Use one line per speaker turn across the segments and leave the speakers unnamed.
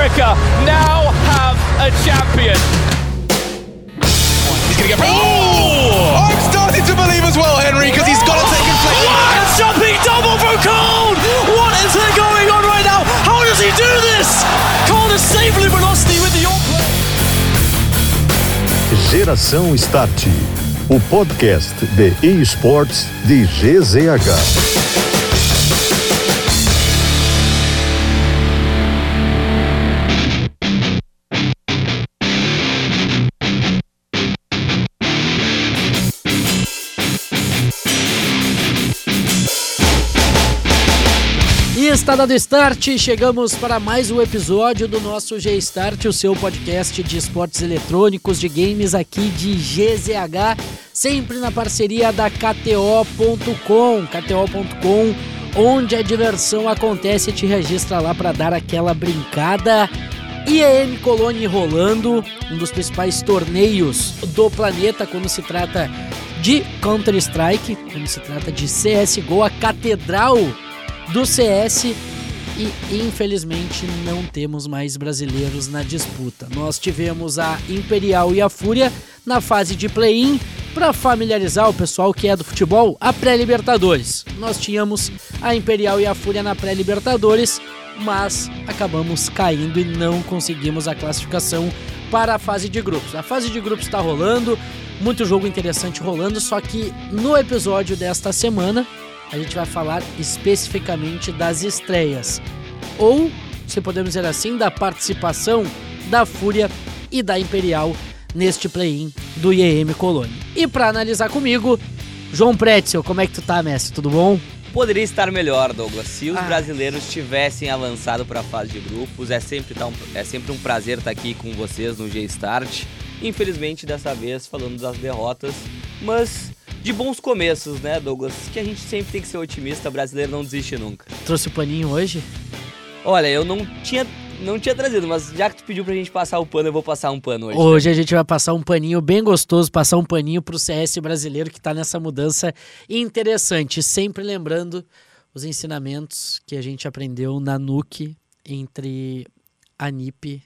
America now have a champion.
He's going to get... Oh! I'm starting to believe as well, Henry, because he's got to take inflection.
What a jumping double from Cole! What is going on right now? How does he do this? Cole is safely velocity with the York play.
Geração Start, o podcast de eSports de GZH.
Está dado start, chegamos para mais um episódio do nosso G-Start, o seu podcast de esportes eletrônicos, de games aqui de GZH, sempre na parceria da KTO.com, onde a diversão acontece. Te registra lá para dar aquela brincada. IEM Cologne rolando, um dos principais torneios do planeta quando se trata de Counter-Strike, quando se trata de CSGO, a catedral do CS, e infelizmente não temos mais brasileiros na disputa. Nós tivemos a Imperial e a Fúria na fase de play-in. Para familiarizar o pessoal que é do futebol, a pré-Libertadores. Nós tínhamos a Imperial e a Fúria na pré-Libertadores, mas acabamos caindo e não conseguimos a classificação para a fase de grupos. A fase de grupos está rolando, muito jogo interessante rolando, só que no episódio desta semana a gente vai falar especificamente das estreias, ou, se podemos dizer assim, da participação da Fúria e da Imperial neste play-in do IEM Cologne. E para analisar comigo, João Pretzel, como é que tu tá, mestre? Tudo bom?
Poderia estar melhor, Douglas. Se os brasileiros tivessem avançado para a fase de grupos, é sempre um prazer estar aqui com vocês no G-Start. Infelizmente, dessa vez, falando das derrotas, mas de bons começos, né, Douglas? Que a gente sempre tem que ser otimista, brasileiro não desiste nunca.
Trouxe o paninho hoje?
Olha, eu não tinha trazido, mas já que tu pediu pra gente passar o pano, eu vou passar um pano hoje.
Hoje a gente vai passar um paninho bem gostoso, passar um paninho pro CS brasileiro que tá nessa mudança interessante. Sempre lembrando os ensinamentos que a gente aprendeu na NUC entre a NiP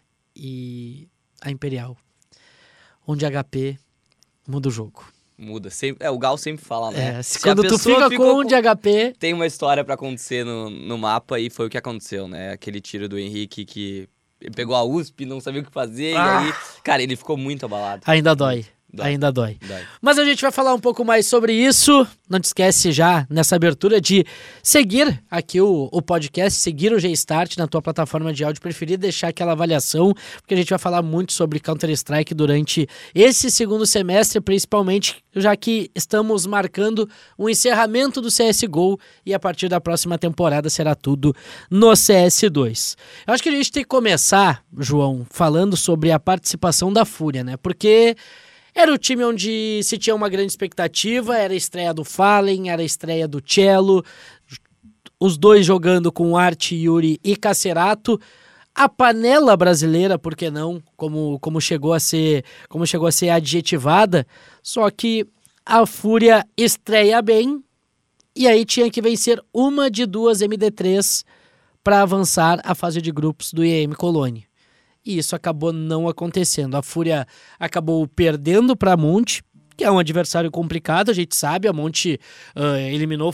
e a Imperial, onde HP muda o jogo.
Muda, sempre, o Gal sempre fala, né?
Quando tu fica com um de HP...
Tem uma história pra acontecer no mapa e foi o que aconteceu, né? Aquele tiro do Henrique que pegou a USP, não sabia o que fazer e aí... Cara, ele ficou muito abalado.
Ainda dói. Ainda dói. Mas a gente vai falar um pouco mais sobre isso. Não te esquece já, nessa abertura, de seguir aqui o podcast, seguir o G-Start na tua plataforma de áudio preferida, deixar aquela avaliação, porque a gente vai falar muito sobre Counter-Strike durante esse segundo semestre, principalmente já que estamos marcando o encerramento do CSGO e a partir da próxima temporada será tudo no CS2. Eu acho que a gente tem que começar, João, falando sobre a participação da Fúria, né? Porque era o time onde se tinha uma grande expectativa, era a estreia do Fallen, era a estreia do Cello, os dois jogando com Art, Yuri e Cacerato. A panela brasileira, por que não, como chegou a ser adjetivada, só que a Fúria estreia bem e aí tinha que vencer uma de duas MD3 para avançar a fase de grupos do IEM Cologne. E isso acabou não acontecendo. A Fúria acabou perdendo para a Monte, que é um adversário complicado, a gente sabe. A Monte eliminou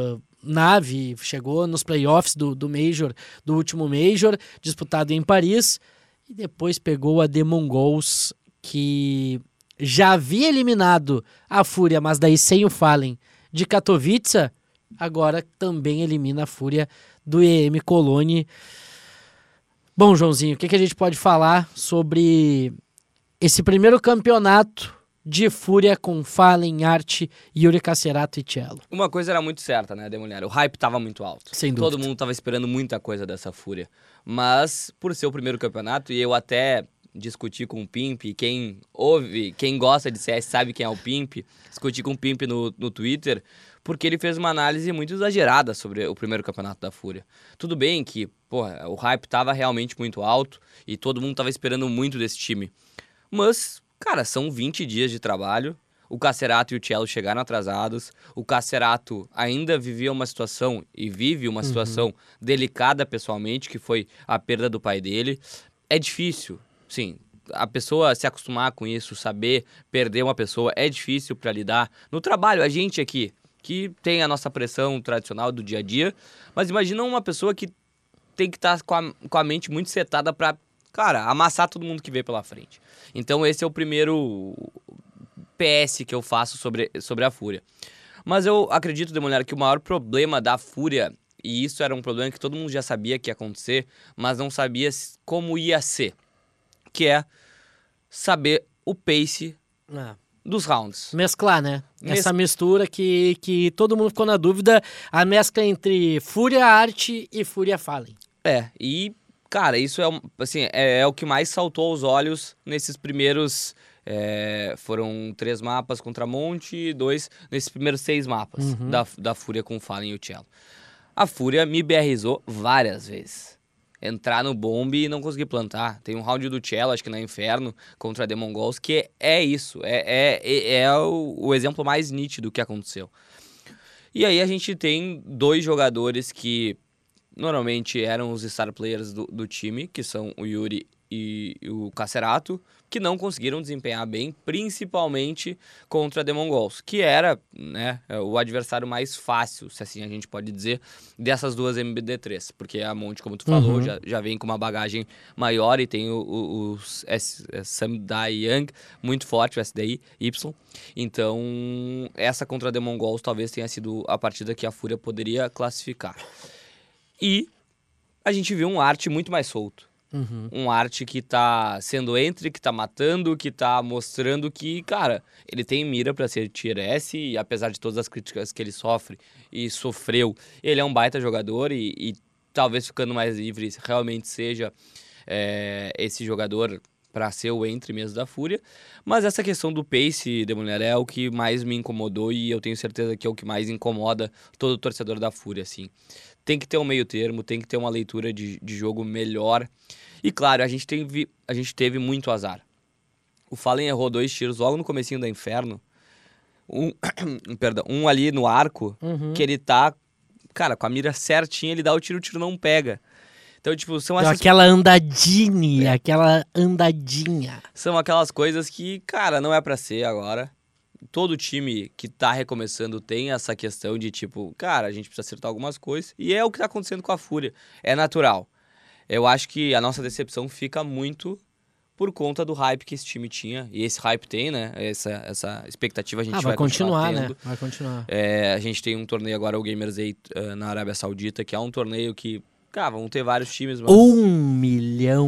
Nave, chegou nos playoffs do Major, do último Major, disputado em Paris, e depois pegou a The Mongols, que já havia eliminado a Fúria, mas daí sem o Fallen, de Katowice, agora também elimina a Fúria do IEM Cologne. Bom, Joãozinho, o que a gente pode falar sobre esse primeiro campeonato de Fúria com Fallen, Art, Yuri Cacerato e Cello?
Uma coisa era muito certa, né, Demolhar? O hype tava muito alto.
Sem dúvida.
Todo mundo tava esperando muita coisa dessa Fúria. Mas, por ser o primeiro campeonato, e eu até discuti com o Pimp, quem gosta de CS sabe quem é o Pimp, discuti com o Pimp no Twitter, porque ele fez uma análise muito exagerada sobre o primeiro campeonato da Fúria. Tudo bem que, o hype tava realmente muito alto e todo mundo tava esperando muito desse time. Mas, cara, são 20 dias de trabalho, o Cacerato e o Cello chegaram atrasados, o Cacerato ainda vivia uma situação, e vive uma situação delicada pessoalmente, que foi a perda do pai dele. é difícil, sim. A pessoa se acostumar com isso, saber perder uma pessoa, é difícil para lidar. No trabalho, a gente aqui, que tem a nossa pressão tradicional do dia a dia, mas imagina uma pessoa que tem que estar com a mente muito setada para, cara, amassar todo mundo que vê pela frente. Então esse é o primeiro PS que eu faço sobre a Fúria. Mas eu acredito, Demoliner, que o maior problema da Fúria, e isso era um problema que todo mundo já sabia que ia acontecer, mas não sabia como ia ser, que é saber o pace dos rounds.
Mesclar, né? Essa mistura que todo mundo ficou na dúvida, a mescla entre Fúria Arte e Fúria Fallen.
E, cara, isso é o que mais saltou aos olhos nesses primeiros... foram 3 mapas contra Monte e 2 nesses primeiros 6 mapas da Fúria com o Fallen e o Cello. A Fúria me BRizou várias vezes. Entrar no bomb e não conseguir plantar. Tem um round do Cello, acho que na Inferno, contra Demon Goals, que é isso. É o exemplo mais nítido que aconteceu. E aí a gente tem 2 jogadores que normalmente eram os star players do time, que são o Yuri e o Cacerato, que não conseguiram desempenhar bem, principalmente contra Demon Goals, que era, né, o adversário mais fácil, se assim a gente pode dizer, dessas 2 MBD3, porque a Monte, como tu falou, já vem com uma bagagem maior e tem o Samdai Young muito forte, o SDI Y. Então, essa contra Demon Goals talvez tenha sido a partida que a Fúria poderia classificar. E a gente viu um Arte muito mais solto. Um Arte que tá sendo que tá matando, que tá mostrando que, cara, ele tem mira pra ser Tier S e apesar de todas as críticas que ele sofre e sofreu, ele é um baita jogador e talvez ficando mais livre realmente seja esse jogador pra ser o entry mesmo da Fúria. Mas essa questão do pace, Demoliner, é o que mais me incomodou e eu tenho certeza que é o que mais incomoda todo torcedor da Fúria, assim. Tem que ter um meio termo, tem que ter uma leitura de jogo melhor. E claro, a gente teve muito azar. O Fallen errou 2 tiros logo no comecinho da Inferno. Um ali no arco, que ele tá, cara, com a mira certinha, ele dá o tiro não pega. Então, tipo, são essas...
Aquela andadinha.
São aquelas coisas que, cara, não é pra ser agora. Todo time que tá recomeçando tem essa questão de, tipo, cara, a gente precisa acertar algumas coisas. E é o que tá acontecendo com a Fúria. É natural. Eu acho que a nossa decepção fica muito por conta do hype que esse time tinha. E esse hype tem, né? Essa expectativa a gente vai continuar tendo.
Né? Vai continuar.
A gente tem um torneio agora, o Gamers 8, na Arábia Saudita, que é um torneio que... Cara, vão ter vários times, mas...
$1 milhão.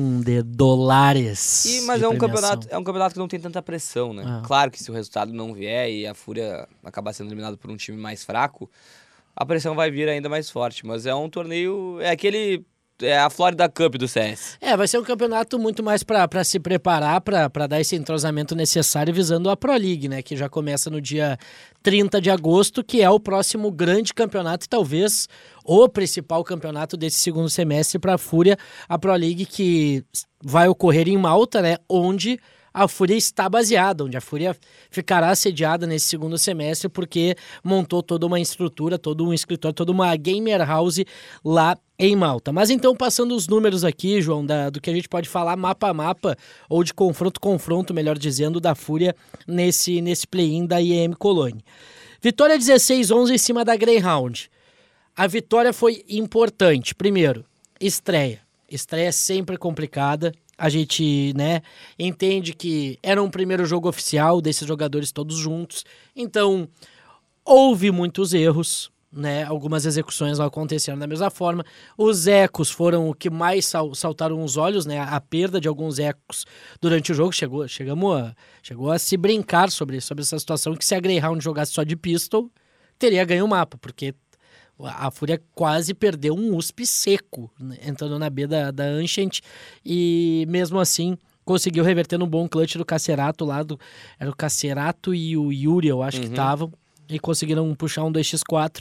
Mas é um campeonato que não tem tanta pressão, né? Claro que se o resultado não vier e a Fúria acabar sendo eliminada por um time mais fraco, a pressão vai vir ainda mais forte. Mas é um torneio... É a Florida Cup do CS.
Vai ser um campeonato muito mais para se preparar, para dar esse entrosamento necessário visando a Pro League, né? Que já começa no dia 30 de agosto, que é o próximo grande campeonato e talvez o principal campeonato desse segundo semestre para a Fúria, a Pro League que vai ocorrer em Malta, né? Onde a Fúria está baseada, onde a Fúria ficará sediada nesse segundo semestre, porque montou toda uma estrutura, todo um escritório, toda uma gamer house lá em Malta. Mas então, passando os números aqui, João, do que a gente pode falar mapa a mapa, ou de confronto, melhor dizendo, da Fúria nesse play-in da IEM Cologne. Vitória 16-11 em cima da Greyhound. A vitória foi importante. Primeiro, estreia. Estreia sempre complicada. A gente, né, entende que era um primeiro jogo oficial desses jogadores todos juntos. Então, houve muitos erros, né? Algumas execuções não aconteceram da mesma forma. Os ecos foram o que mais saltaram os olhos, né? A perda de alguns ecos durante o jogo. Chegou a se brincar sobre essa situação, que se a Greyhound jogasse só de pistol, teria ganho o mapa, porque a Fúria quase perdeu um USP seco, né, entrando na B da Ancient, e mesmo assim conseguiu reverter no bom clutch do Cacerato lá, era o Cacerato e o Yuri, eu acho que estavam, e conseguiram puxar um 2x4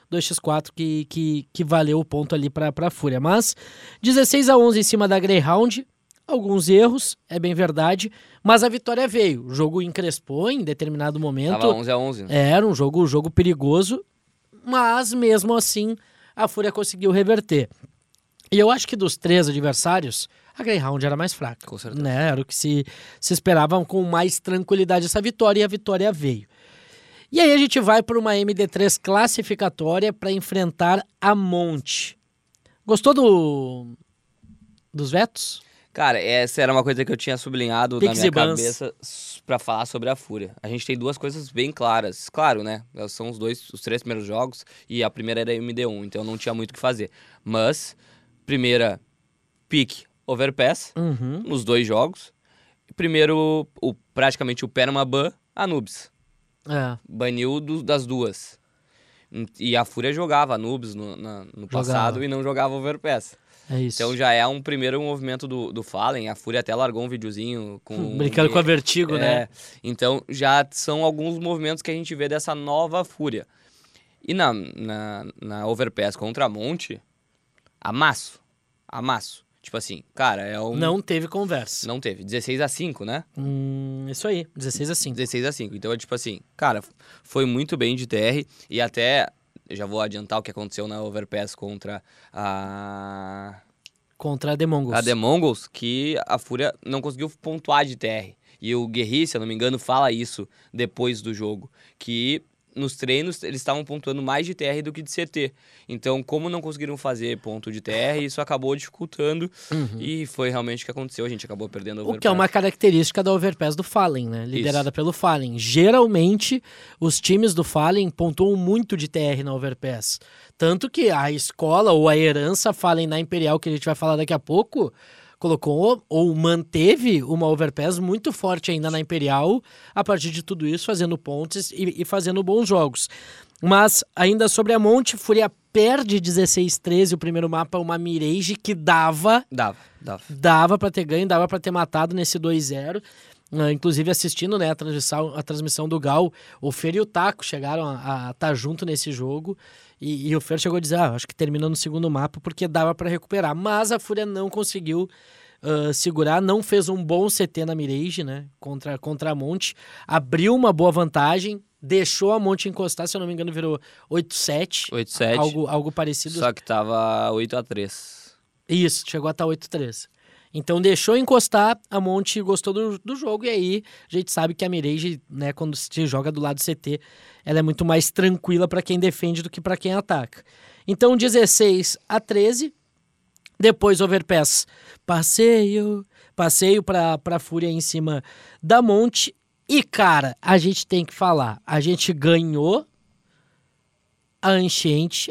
que valeu o ponto ali para a Fúria. Mas 16-11 em cima da Greyhound, alguns erros, é bem verdade, mas a vitória veio. O jogo encrespou em determinado momento.
Tava 11-11.
Era um jogo perigoso, mas mesmo assim a Fúria conseguiu reverter. E eu acho que dos 3 adversários, a Greyhound era mais fraca.
Com certeza.
Né? Era o que se esperavam com mais tranquilidade essa vitória, e a vitória veio. E aí a gente vai para uma MD3 classificatória para enfrentar a Monte. Gostou dos vetos?
Cara, essa era uma coisa que eu tinha sublinhado
Pix
na minha
e Bans.
cabeça pra falar sobre a Fúria. A gente tem 2 coisas bem claras. Claro, né? São os 3 primeiros jogos e a primeira era MD1, então não tinha muito o que fazer. Mas, primeira, pick overpass nos 2 jogos. Primeiro, praticamente o Perma ban, Anubis. Baniu das 2. E a Fúria jogava Anubis no passado e não jogava overpass.
É isso.
Então já é um primeiro movimento do Fallen. A Fúria até largou um videozinho com...
brincando com a Vertigo, né?
Então já são alguns movimentos que a gente vê dessa nova Fúria. E na Overpass contra a Monte, amasso. Tipo assim, cara, é um...
Não teve conversa.
Não teve. 16-5, né?
Isso aí, 16-5.
16-5. Então é tipo assim, cara, foi muito bem de TR e até... Eu já vou adiantar o que aconteceu na Overpass contra a
The Mongols.
A The Mongols, que a Fúria não conseguiu pontuar de TR. E o Guerri, se eu não me engano, fala isso depois do jogo. Que nos treinos eles estavam pontuando mais de TR do que de CT. Então, como não conseguiram fazer ponto de TR, isso acabou dificultando. E foi realmente o que aconteceu. A gente acabou perdendo a Overpass.
O que é uma característica da Overpass do Fallen, né? Liderada pelo Fallen. Geralmente, os times do Fallen pontuam muito de TR na Overpass. Tanto que a escola ou a herança Fallen na Imperial, que a gente vai falar daqui a pouco, colocou ou manteve uma Overpass muito forte ainda na Imperial, a partir de tudo isso, fazendo pontos e fazendo bons jogos. Mas, ainda sobre a Monte, Fúria perde 16-13 o primeiro mapa, uma Mirage que dava pra ter ganho, dava pra ter matado nesse 2-0. Inclusive assistindo, né, a transmissão do Gal, o Fer e o Taco chegaram a estar junto nesse jogo e o Fer chegou a dizer, acho que termina no segundo mapa porque dava para recuperar, mas a Fúria não conseguiu segurar, não fez um bom CT na Mirage, né, contra a Monte, abriu uma boa vantagem, deixou a Monte encostar, se eu não me engano virou 8-7, algo parecido.
Só que tava 8-3.
Isso, chegou a estar 8-3. Então deixou encostar, a Monte gostou do jogo, e aí a gente sabe que a Mirage, né, quando se joga do lado CT, ela é muito mais tranquila para quem defende do que para quem ataca. Então 16-13, depois Overpass, passeio para Fúria em cima da Monte, e cara, a gente tem que falar, a gente ganhou a Anciente,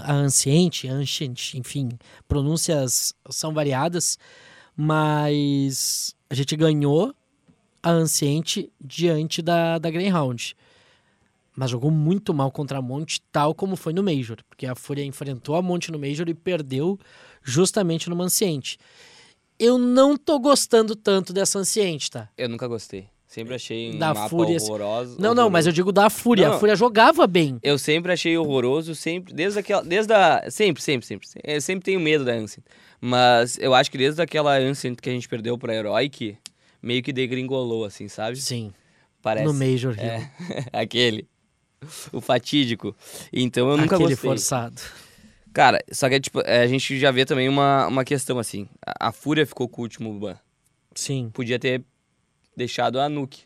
enfim, pronúncias são variadas, mas a gente ganhou a Anciente diante da Greyhound. Mas jogou muito mal contra a Monte, tal como foi no Major, porque a Fúria enfrentou a Monte no Major e perdeu justamente no Anciente. Eu não tô gostando tanto dessa Anciente, tá?
Eu nunca gostei. Sempre achei um
da
mapa
Fúria
horroroso.
Não, mas eu digo da Fúria.
Não.
A Fúria jogava bem.
Eu sempre achei horroroso, sempre, sempre. Eu sempre tenho medo da Ancient. Mas eu acho que desde aquela Ancient que a gente perdeu pra Heroic, meio que degringolou, assim, sabe?
Sim.
Parece.
No Major Hill.
Aquele. O fatídico. Então eu nunca gostei.
Aquele forçado.
Cara, só que tipo, a gente já vê também uma questão assim. A Fúria ficou com o último ban.
Sim.
Podia ter deixado a Nuke.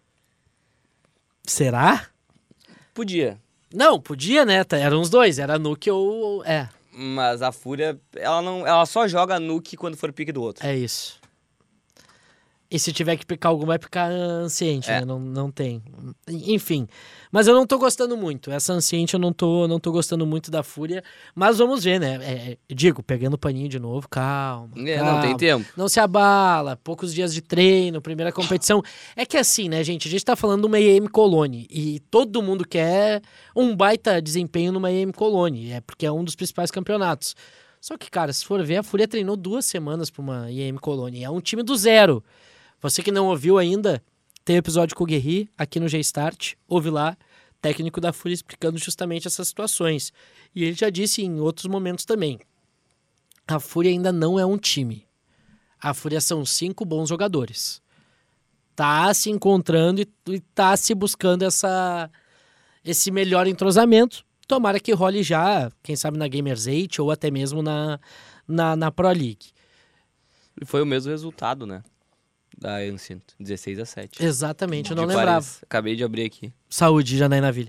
Será?
Podia.
Não, podia, né? Eram os dois. Era a Nuke ou...
Mas a Fúria, ela só joga a Nuke quando for pique do outro.
É isso. E se tiver que picar algum, vai picar Anciente, né? Não tem. Enfim. Mas eu não tô gostando muito. Essa Anciente eu não tô gostando muito da Fúria. Mas vamos ver, né? Digo, pegando o paninho de novo, calma.
Não tem tempo.
Não se abala. Poucos dias de treino, primeira competição. É que assim, né, gente? A gente tá falando de uma EM Cologne. E todo mundo quer um baita desempenho numa EM Cologne. É porque é um dos principais campeonatos. Só que, cara, se for ver, a Fúria treinou 2 semanas pra uma EM Cologne. É um time do zero. Você que não ouviu ainda, tem episódio com o Guerri aqui no G-Start, ouve lá, técnico da Fúria explicando justamente essas situações. E ele já disse em outros momentos também, a Fúria ainda não é um time. A Fúria são 5 bons jogadores. Tá se encontrando e tá se buscando esse melhor entrosamento. Tomara que role já, quem sabe na Gamers 8 ou até mesmo na na Pro League.
E foi o mesmo resultado, né? Da Ancient, 16-7.
Exatamente, eu não
De
lembrava.
Paris. Acabei de abrir aqui.
Saúde, Janaína Ville.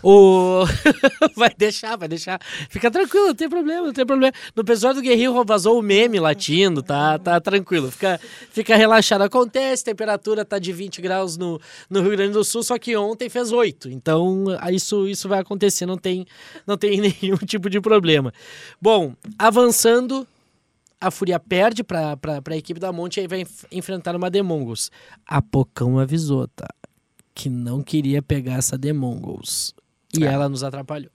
Vai deixar. Fica tranquilo, não tem problema. No episódio do Guerrinho vazou o meme latindo, tá tranquilo. Fica relaxado. Acontece, temperatura tá de 20 graus no Rio Grande do Sul, só que ontem fez 8. Então, isso vai acontecer, não tem nenhum tipo de problema. Bom, avançando, a Fúria perde para a equipe da Monte e aí vai enfrentar uma The Mongols. A Pocão avisou, tá? Que não queria pegar essa The Mongols. E ela nos atrapalhou.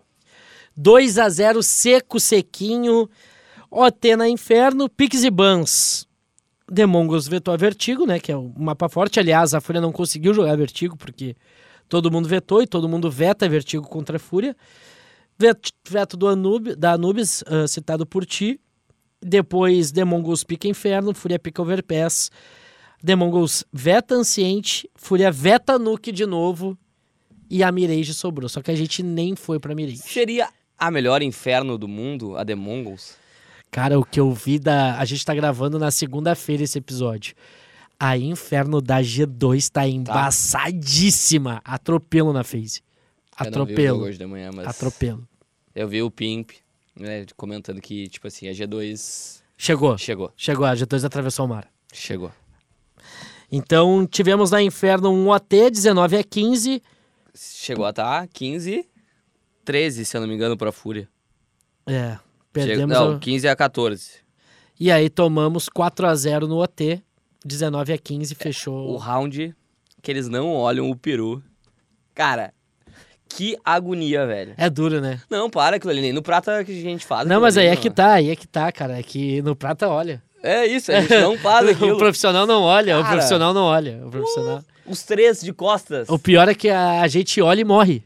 2-0, sequinho. OT na Inferno, Pix e Bans. The Mongols vetou a Vertigo, né? Que é um mapa forte. Aliás, a Fúria não conseguiu jogar Vertigo, porque todo mundo vetou e todo mundo veta Vertigo contra a Fúria. Veto da Anubis, citado por ti. Depois, The Mongols pica Inferno, Fúria pica Overpass. The Mongols veta Anciente, Fúria veta Nuke de novo. E a Mirage sobrou. Só que a gente nem foi pra Mirage.
Seria a melhor Inferno do mundo, a The Mongols?
Cara, o que eu vi a gente tá gravando na segunda-feira esse episódio. A Inferno da G2 tá embaçadíssima. Atropelo na FaZe.
Eu não vi o jogo hoje de manhã, mas...
Atropelo.
Eu vi o Pimp, né, comentando que, tipo assim, a G2...
Chegou, a G2 atravessou o mar.
Chegou.
Então, tivemos na Inferno um OT, 19-15.
Chegou a estar 15-13, se eu não me engano, pra Fúria.
Perdemos...
15-14.
E aí tomamos 4-0 no OT, 19-15, fechou...
O round que eles não olham o peru. Cara... Que agonia, velho.
É duro, né?
Não, para aquilo ali. Nem no prata que a gente faz.
Não, mas aí é que tá, cara. É que no prata olha.
É isso, a gente não faz aquilo.
O profissional não olha,
Cara,
o profissional não olha. O profissional...
Os três de costas.
O pior é que a gente olha e morre.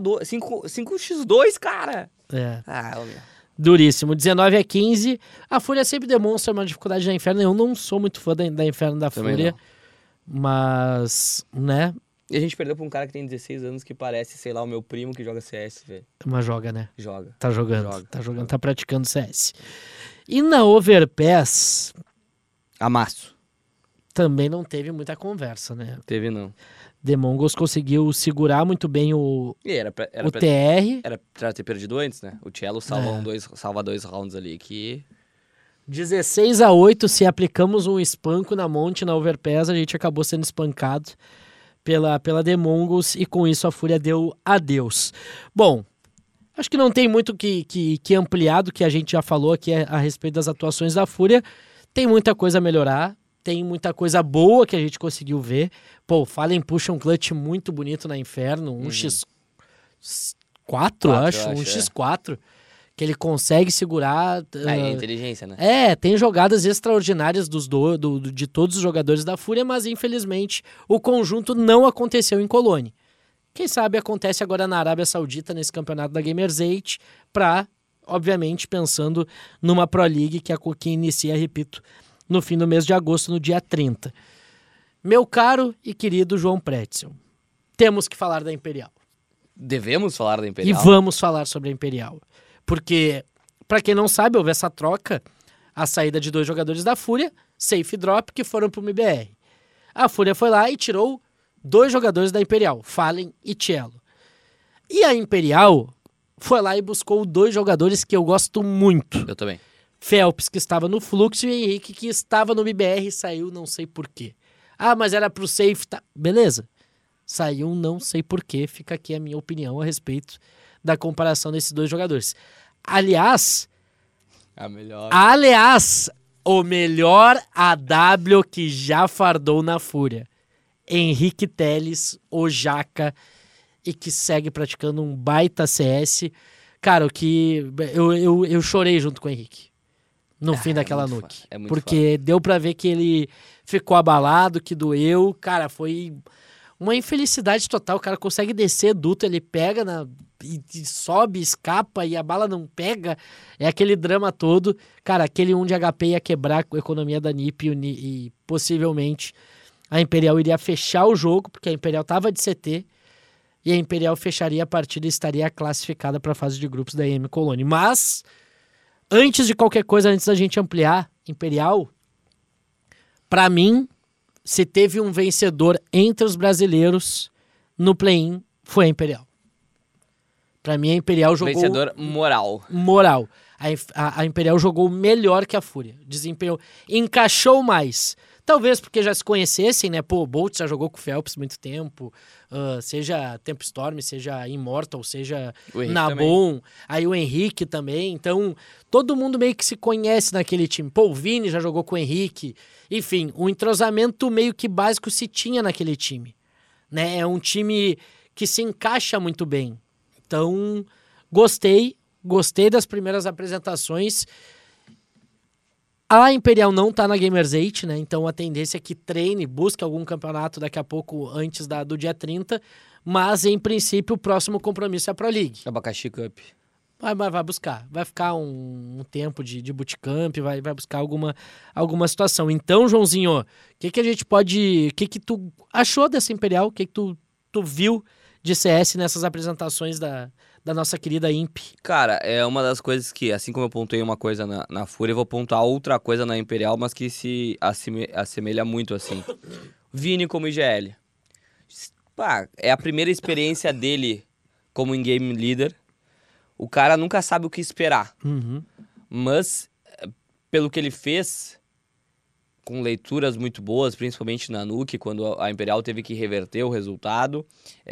5x2, cara.
É.
Meu.
Duríssimo. 19-15. A Fúria sempre demonstra uma dificuldade na Inferno. Eu não sou muito fã da Inferno da
Também
Fúria.
Não.
Mas, né...
E a gente perdeu pra um cara que tem 16 anos que parece, sei lá, o meu primo que joga CS, velho.
Mas joga, né?
Joga.
Tá jogando, tá praticando CS. E na Overpass...
Amasso.
Também não teve muita conversa, né?
Teve não.
The Mongols conseguiu segurar muito bem o TR.
Era pra ter perdido antes, né? O Cello salva dois rounds ali que...
16-8, se aplicamos um espanco na Monte, na Overpass, a gente acabou sendo espancado pela The Mongols e com isso a Fúria deu adeus. Bom, acho que não tem muito que ampliar do que a gente já falou aqui a respeito das atuações da Fúria. Tem muita coisa a melhorar, tem muita coisa boa que a gente conseguiu ver. Pô, o Fallen puxa um clutch muito bonito na Inferno, um X4, acho, um X4. Que ele consegue segurar...
É inteligência, né?
Tem jogadas extraordinárias de todos os jogadores da Fúria, mas infelizmente o conjunto não aconteceu em Cologne. Quem sabe acontece agora na Arábia Saudita, nesse campeonato da Gamers 8, obviamente, pensando numa Pro League que inicia, repito, no fim do mês de agosto, no dia 30. Meu caro e querido João Pretzel, temos que falar da Imperial.
Devemos falar da Imperial?
E vamos falar sobre a Imperial. Porque, pra quem não sabe, houve essa troca, a saída de 2 jogadores da Fúria, Safe Drop, que foram pro MBR. A Fúria foi lá e tirou 2 jogadores da Imperial, Fallen e Cello. E a Imperial foi lá e buscou 2 jogadores que eu gosto muito.
Eu também.
Phelps, que estava no Fluxo, e Henrique, que estava no MBR e saiu não sei porquê. Mas era pro Safe, tá? Beleza. Saiu não sei porquê, fica aqui a minha opinião a respeito da comparação desses 2 jogadores. Aliás, o melhor AW que já fardou na Fúria. Henrique Teles, o Jaca, e que segue praticando um baita CS. Cara, o que eu chorei junto com o Henrique no fim daquela nuke. Porque deu pra ver que ele ficou abalado, que doeu. Cara, foi uma infelicidade total. O cara consegue descer duto, ele pega e sobe, escapa e a bala não pega. É aquele drama todo. Cara, aquele 1 de HP ia quebrar a economia da NiP e possivelmente a Imperial iria fechar o jogo, porque a Imperial tava de CT e a Imperial fecharia a partida e estaria classificada para a fase de grupos da EM Cologne. Mas antes de qualquer coisa, antes da gente ampliar, Imperial, pra mim, se teve um vencedor entre os brasileiros no play-in, foi a Imperial. Pra mim, a Imperial jogou...
Vencedor moral.
Moral. A Imperial jogou melhor que a Fúria. Desempenhou, encaixou mais. Talvez porque já se conhecessem, né? Pô, o Bolt já jogou com o Phelps muito tempo. Seja Tempo Storm, seja Immortal, seja Nabon. Aí o Henrique também. Então, todo mundo meio que se conhece naquele time. Pô, o Vini já jogou com o Henrique. Enfim, um entrosamento meio que básico se tinha naquele time. Né? É um time que se encaixa muito bem. Então, gostei das primeiras apresentações. A Imperial não tá na Gamers 8, né? Então a tendência é que treine, busque algum campeonato daqui a pouco antes do dia 30. Mas, em princípio, o próximo compromisso é a Pro League.
Abacaxi Cup.
Vai buscar. Vai ficar um tempo de bootcamp, vai buscar alguma situação. Então, Joãozinho, o que a gente pode... O que tu achou dessa Imperial? O que tu viu de CS nessas apresentações da nossa querida Imp?
Cara, é uma das coisas que, assim como eu pontuei uma coisa na Fúria, eu vou pontuar outra coisa na Imperial, mas que se assemelha muito, assim. Vini como IGL. Pá, é a primeira experiência dele como in-game leader. O cara nunca sabe o que esperar.
Uhum.
Mas, pelo que ele fez, com leituras muito boas, principalmente na Nuke, quando a Imperial teve que reverter o resultado,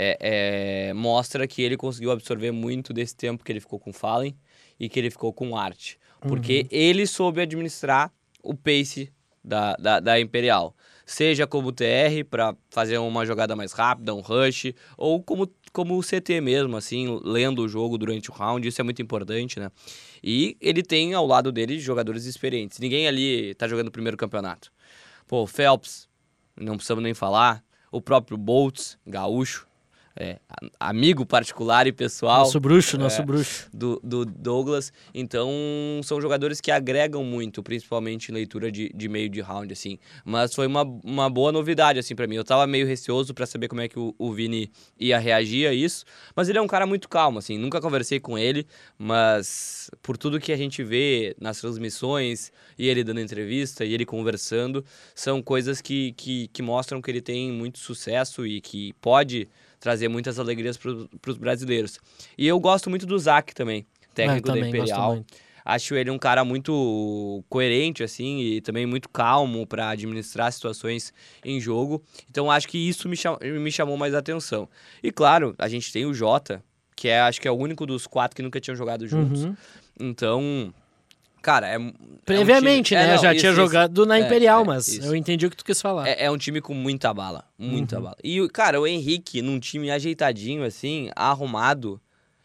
mostra que ele conseguiu absorver muito desse tempo que ele ficou com Fallen e que ele ficou com Art. Porque ele soube administrar o pace da Imperial. Seja como TR, para fazer uma jogada mais rápida, um rush, ou como o CT mesmo, assim, lendo o jogo durante o round, isso é muito importante, né? E ele tem ao lado dele jogadores experientes. Ninguém ali tá jogando o primeiro campeonato. Pô, o Phelps, não precisamos nem falar. O próprio Boltz, gaúcho, amigo particular e pessoal.
Nosso bruxo.
Do Douglas. Então, são jogadores que agregam muito, principalmente em leitura de meio de round, assim. Mas foi uma boa novidade, assim, pra mim. Eu tava meio receoso pra saber como é que o Vini ia reagir a isso. Mas ele é um cara muito calmo, assim. Nunca conversei com ele, mas por tudo que a gente vê nas transmissões, e ele dando entrevista, e ele conversando, são coisas que mostram que ele tem muito sucesso e que pode trazer muitas alegrias para os brasileiros. E eu gosto muito do Zac também, técnico da Imperial. Acho ele um cara muito coerente, assim, e também muito calmo para administrar situações em jogo. Então acho que isso me chamou mais atenção. E claro, a gente tem o Jota, que acho que é o único dos 4 que nunca tinham jogado juntos. Então... Cara,
previamente, né? Já tinha jogado na Imperial, mas
isso.
Eu entendi o que tu quis falar.
É um time com muita bala, muita bala. E, cara, o Henrique, num time ajeitadinho, assim, arrumado,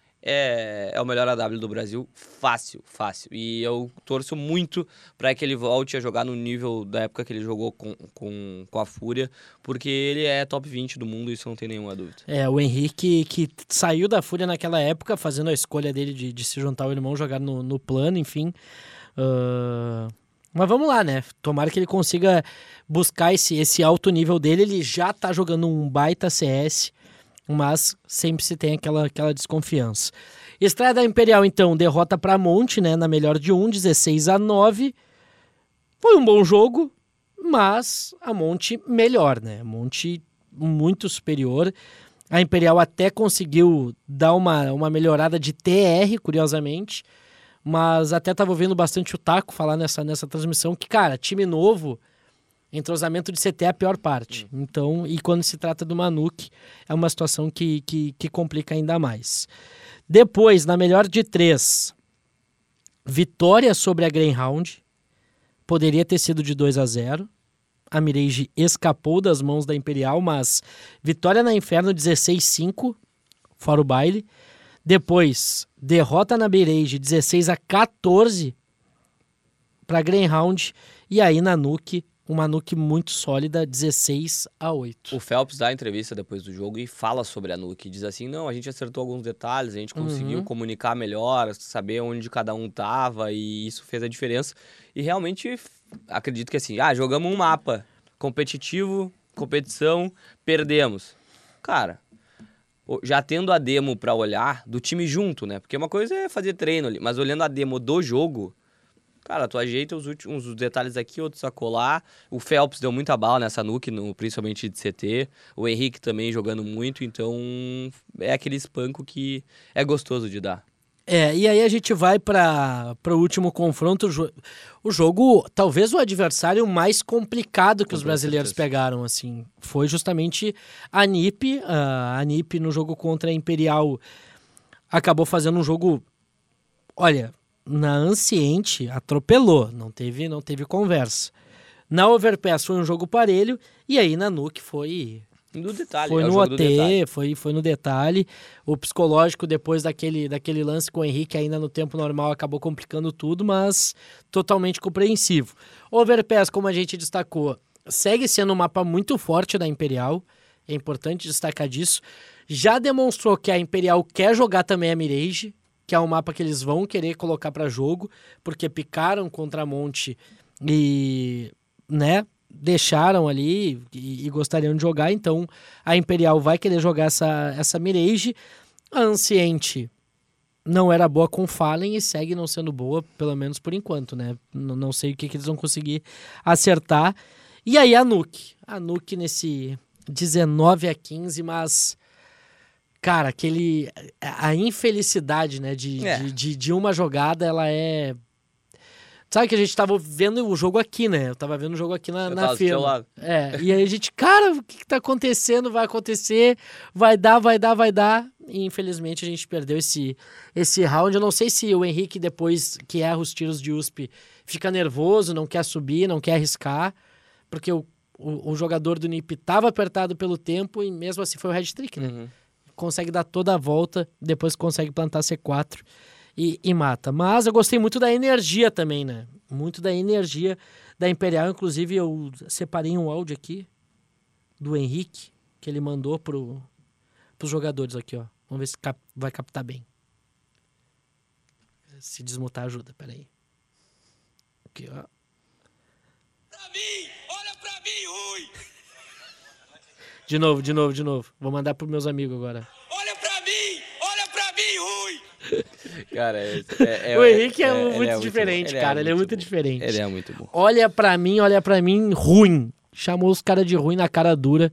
é o melhor AW do Brasil, fácil. E eu torço muito pra que ele volte a jogar no nível da época que ele jogou com a Fúria, porque ele é top 20 do mundo, isso não tem nenhuma dúvida.
O Henrique que saiu da Fúria naquela época, fazendo a escolha dele de se juntar ao irmão, jogar no plano, enfim. Mas vamos lá, né? Tomara que ele consiga buscar esse alto nível dele. Ele já tá jogando um baita CS, mas sempre se tem aquela desconfiança. Estreia da Imperial, então, derrota pra Monte, né? Na melhor de 16-9. Foi um bom jogo, mas a Monte melhor, né? A Monte muito superior. A Imperial até conseguiu dar uma melhorada de TR, curiosamente. Mas até tava ouvindo bastante o Taco falar nessa transmissão que, cara, time novo, entrosamento de CT é a pior parte. Então, e quando se trata do Manuke, é uma situação que complica ainda mais. Depois, na melhor de 3, vitória sobre a Greyhound. Poderia ter sido de 2-0. A Mirage escapou das mãos da Imperial, mas vitória na Inferno 16-5, fora o baile. Depois, derrota na Mirage 16-14 para Greyhound. E aí na Nuke, uma Nuke muito sólida, 16-8.
O Phelps dá a entrevista depois do jogo e fala sobre a Nuke. Diz assim, não, a gente acertou alguns detalhes, a gente conseguiu comunicar melhor, saber onde cada um tava, e isso fez a diferença. E realmente, acredito que assim, jogamos um mapa competitivo, competição, perdemos. Cara, já tendo a demo pra olhar do time junto, né? Porque uma coisa é fazer treino ali, mas olhando a demo do jogo, Cara, tu ajeita uns detalhes aqui, outros acolá. O Phelps deu muita bala nessa nuke, principalmente de CT. O Henrique também jogando muito, então é aquele espanco que é gostoso de dar.
E aí a gente vai para o último confronto. O jogo, talvez o adversário mais complicado que os brasileiros pegaram, assim, foi justamente a NiP. A NiP no jogo contra a Imperial acabou fazendo um jogo, olha, na Anciente atropelou, não teve conversa. Na Overpass foi um jogo parelho e aí na Nuke foi
no detalhe,
foi no OT, foi no detalhe. O psicológico depois daquele lance com o Henrique ainda no tempo normal acabou complicando tudo, mas totalmente compreensivo. Overpass, como a gente destacou, segue sendo um mapa muito forte da Imperial, é importante destacar disso. Já demonstrou que a Imperial quer jogar também a Mirage, que é um mapa que eles vão querer colocar para jogo, porque picaram contra a Monte e, né, deixaram ali e gostariam de jogar, então a Imperial vai querer jogar essa Mirage. A Anciente não era boa com Fallen e segue não sendo boa, pelo menos por enquanto, né? Não sei o que eles vão conseguir acertar. E aí a Nuke nesse 19-15, mas... Cara, a infelicidade, né, de uma jogada, ela é... Sabe que a gente tava vendo o jogo aqui, né? Eu tava vendo o jogo aqui na firma. E aí a gente, cara, o que tá acontecendo? Vai acontecer, vai dar. E infelizmente a gente perdeu esse round. Eu não sei se o Henrique, depois que erra os tiros de USP, fica nervoso, não quer subir, não quer arriscar, porque o jogador do NiP tava apertado pelo tempo e mesmo assim foi o hat-trick, né?
Uhum.
Consegue dar toda a volta, depois consegue plantar C4 e mata. Mas eu gostei muito da energia também, né? Muito da energia da Imperial. Inclusive, eu separei um áudio aqui do Henrique, que ele mandou pros jogadores aqui, ó. Vamos ver se vai captar bem. Se desmutar ajuda, peraí. Aqui, ó.
Olha pra mim, Rui!
De novo. Vou mandar pros meus amigos agora.
Olha pra mim, Rui!
Cara,
o Henrique é muito diferente, cara. Ele é muito diferente.
Ele é muito bom.
Olha pra mim, ruim. Chamou os caras de ruim na cara dura.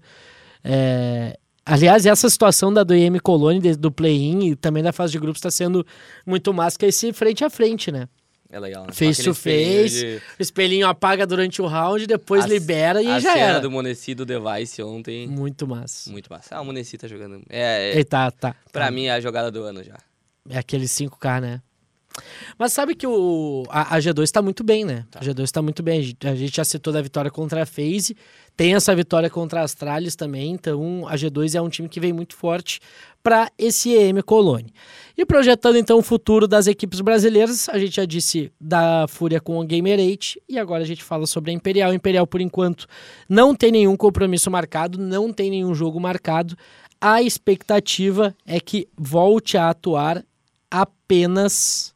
Aliás, essa situação da do IM Colônia, do play-in e também da fase de grupos, tá sendo muito massa, que é esse frente a frente, né?
É legal, né?
Face to face, o espelhinho apaga durante o round, depois libera e já era.
A cena do Monesi do Device ontem...
Muito massa.
Muito massa. O Monesi tá jogando...
Tá.
Pra mim é a jogada do ano já.
É aquele 5K, né? Mas sabe que a G2 tá muito bem, né? Tá. A G2 tá muito bem. A gente já citou da vitória contra a FaZe, tem essa vitória contra a Astralis também, então a G2 é um time que vem muito forte para esse EM Colônia. E projetando então o futuro das equipes brasileiras, a gente já disse da Fúria com o Gamer8 e agora a gente fala sobre a Imperial. A Imperial, por enquanto, não tem nenhum compromisso marcado, não tem nenhum jogo marcado. A expectativa é que volte a atuar apenas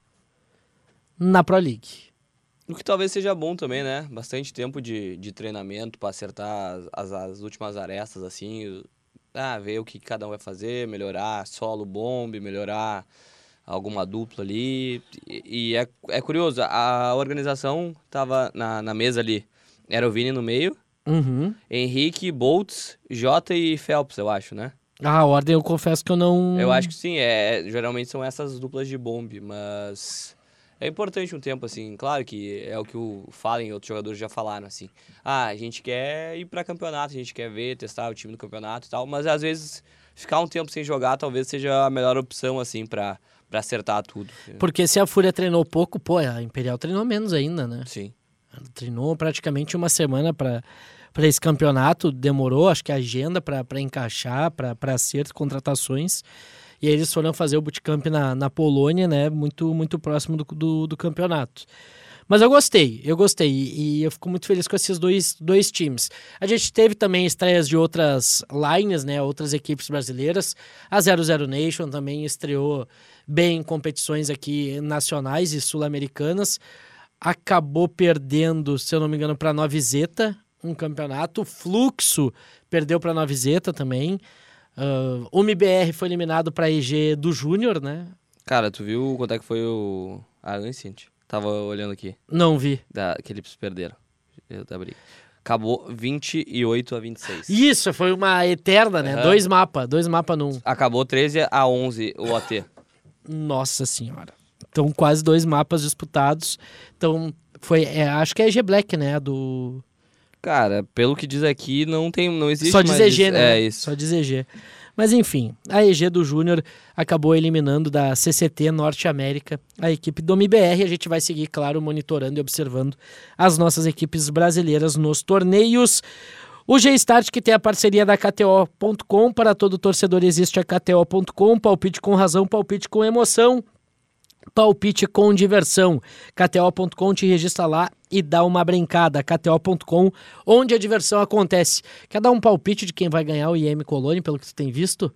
na Pro League.
O que talvez seja bom também, né? Bastante tempo de treinamento para acertar as últimas arestas, assim. Ver o que cada um vai fazer, melhorar solo bomb, melhorar alguma dupla ali. E é curioso, a organização tava na mesa ali. Era o Vini no meio, Henrique, Boltz, Jota e Phelps, eu acho, né?
A ordem eu confesso que eu não...
Eu acho que sim, geralmente são essas duplas de bomb, mas... É importante um tempo, assim, claro que é o que o Fallen e outros jogadores já falaram, assim. A gente quer ir pra campeonato, a gente quer testar o time do campeonato e tal, mas às vezes ficar um tempo sem jogar talvez seja a melhor opção, assim, pra acertar tudo.
Porque se a Fúria treinou pouco, a Imperial treinou menos ainda, né?
Sim.
Ela treinou praticamente uma semana pra esse campeonato, demorou, acho que a agenda pra encaixar, pra acerto, contratações. E aí eles foram fazer o bootcamp na Polônia, né? Muito, muito próximo do campeonato. Mas eu gostei. E eu fico muito feliz com esses dois times. A gente teve também estreias de outras lines, né? Outras equipes brasileiras. A 00 Nation também estreou bem em competições aqui nacionais e sul-americanas. Acabou perdendo, se eu não me engano, para a Novizeta, um campeonato. O Fluxo perdeu para a Novizeta também. O MBR foi eliminado pra EG do Júnior, né?
Cara, tu viu quanto é que foi a Ancient? Tava olhando aqui.
Não vi.
Que eles perderam. Da briga. Acabou 28-26.
Isso, foi uma eterna, né? Dois mapas num.
Acabou 13-11 o OT.
Nossa senhora. Então, quase 2 mapas disputados. Então, foi. Acho que é EG Black, né? Do.
Cara, pelo que diz aqui, não existe
Só diz
mais
EG,
isso.
né?
É isso.
Só diz EG. Mas enfim, a EG do Júnior acabou eliminando da CCT Norte América a equipe do MBR. A gente vai seguir, claro, monitorando e observando as nossas equipes brasileiras nos torneios. O G-Start, que tem a parceria da KTO.com, para todo torcedor existe a KTO.com, palpite com razão, palpite com emoção, palpite com diversão. KTO.com, te registra lá e dá uma brincada. KTO.com, onde a diversão acontece. Quer dar um palpite de quem vai ganhar o IEM Colônia, pelo que tu tem visto?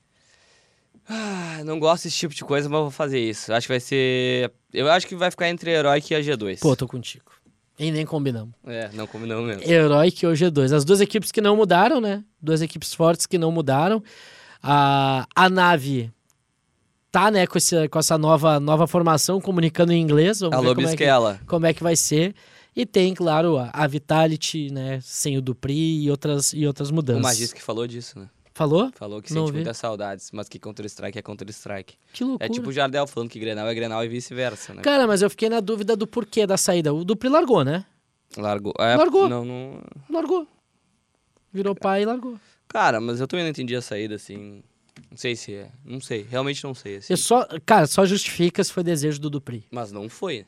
Não gosto desse tipo de coisa, mas vou fazer isso. Acho que vai ser... Eu acho que vai ficar entre Heroic e a G2.
Pô, tô contigo. E nem combinamos.
Não combinamos mesmo.
Heroic ou G2. As duas equipes que não mudaram, né? Duas equipes fortes que não mudaram. A nave tá, né, com essa nova formação, comunicando em inglês. Vamos
Alô,
ver
Bisquela.
como é que vai ser. E tem, claro, a Vitality, né, sem o Dupri e outras mudanças.
O Magis que falou disso, né?
Falou?
Falou que
Não
sente
vi.
muitas saudades, mas que Counter-Strike é Counter-Strike.
Que loucura.
É tipo o Jardel falando que Grenal é Grenal e vice-versa, né?
Cara, mas eu fiquei na dúvida do porquê da saída. O Dupri largou, né?
Largou.
Largou.
Não...
Largou. Virou pai e largou.
Cara, mas eu também não entendi a saída, assim... Não sei se é. Não sei. Realmente não sei, assim.
Só justifica se foi desejo do Dupri.
Mas não foi.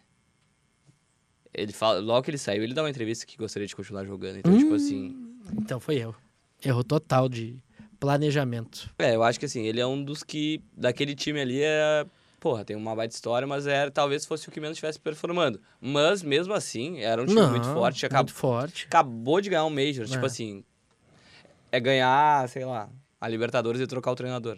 Ele fala... Logo que ele saiu, ele dá uma entrevista que gostaria de continuar jogando. Então, tipo assim...
Então foi erro. Erro total de planejamento.
Eu acho que assim, ele é um dos que... Daquele time ali Porra, tem uma baita história, mas talvez fosse o que menos estivesse performando. Mas, mesmo assim, era um time muito forte.
Muito forte.
Acabou de ganhar um Major. Tipo assim... É ganhar, sei lá... A Libertadores e trocar o treinador.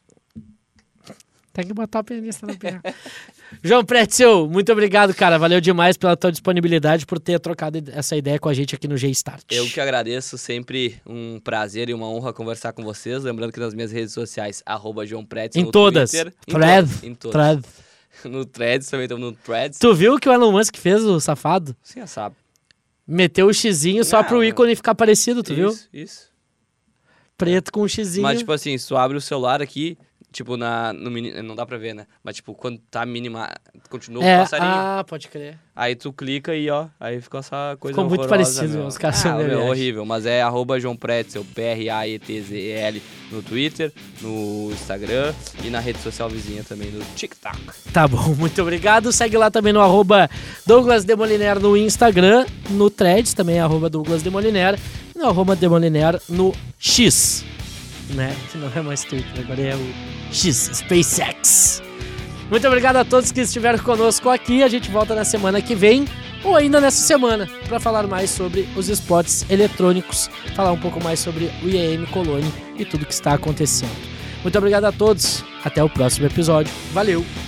Tem que botar a pianista na perna. João Pretzel, muito obrigado, cara. Valeu demais pela tua disponibilidade, por ter trocado essa ideia com a gente aqui no G-Start.
Eu que agradeço, sempre um prazer e uma honra conversar com vocês. Lembrando que nas minhas redes sociais, @João Pretzel
Em
no
todas.
Twitter.
Thread.
Em todas. No Threads, também estamos no Threads.
Tu viu que o Elon Musk fez, o safado?
Sim, sabe.
Meteu o xizinho só pro ícone ficar parecido, tu viu?
Isso.
Preto com um xizinho.
Mas, tipo assim, se tu abre o celular aqui, tipo, não dá pra ver, né? Mas, tipo, quando tá mínima, continua o passarinho.
Ah, pode crer.
Aí tu clica e, ó, aí fica essa coisa
Ficou muito
horrorosa,
parecido,
meu.
os caras são meio
horrível, mas é @João Pretzel, PRAETZEL, no Twitter, no Instagram e na rede social vizinha também, no TikTok.
Tá bom, muito obrigado. Segue lá também no @Douglas Demoliner no Instagram, no Threads também Douglas Demoliner, e no @Demoliner no X, né? Que não é mais Twitter, agora é o X, SpaceX. Muito obrigado a todos que estiveram conosco aqui. A gente volta na semana que vem, ou ainda nessa semana, para falar mais sobre os esportes eletrônicos, falar um pouco mais sobre o IEM Colônia e tudo que está acontecendo. Muito obrigado a todos. Até o próximo episódio. Valeu!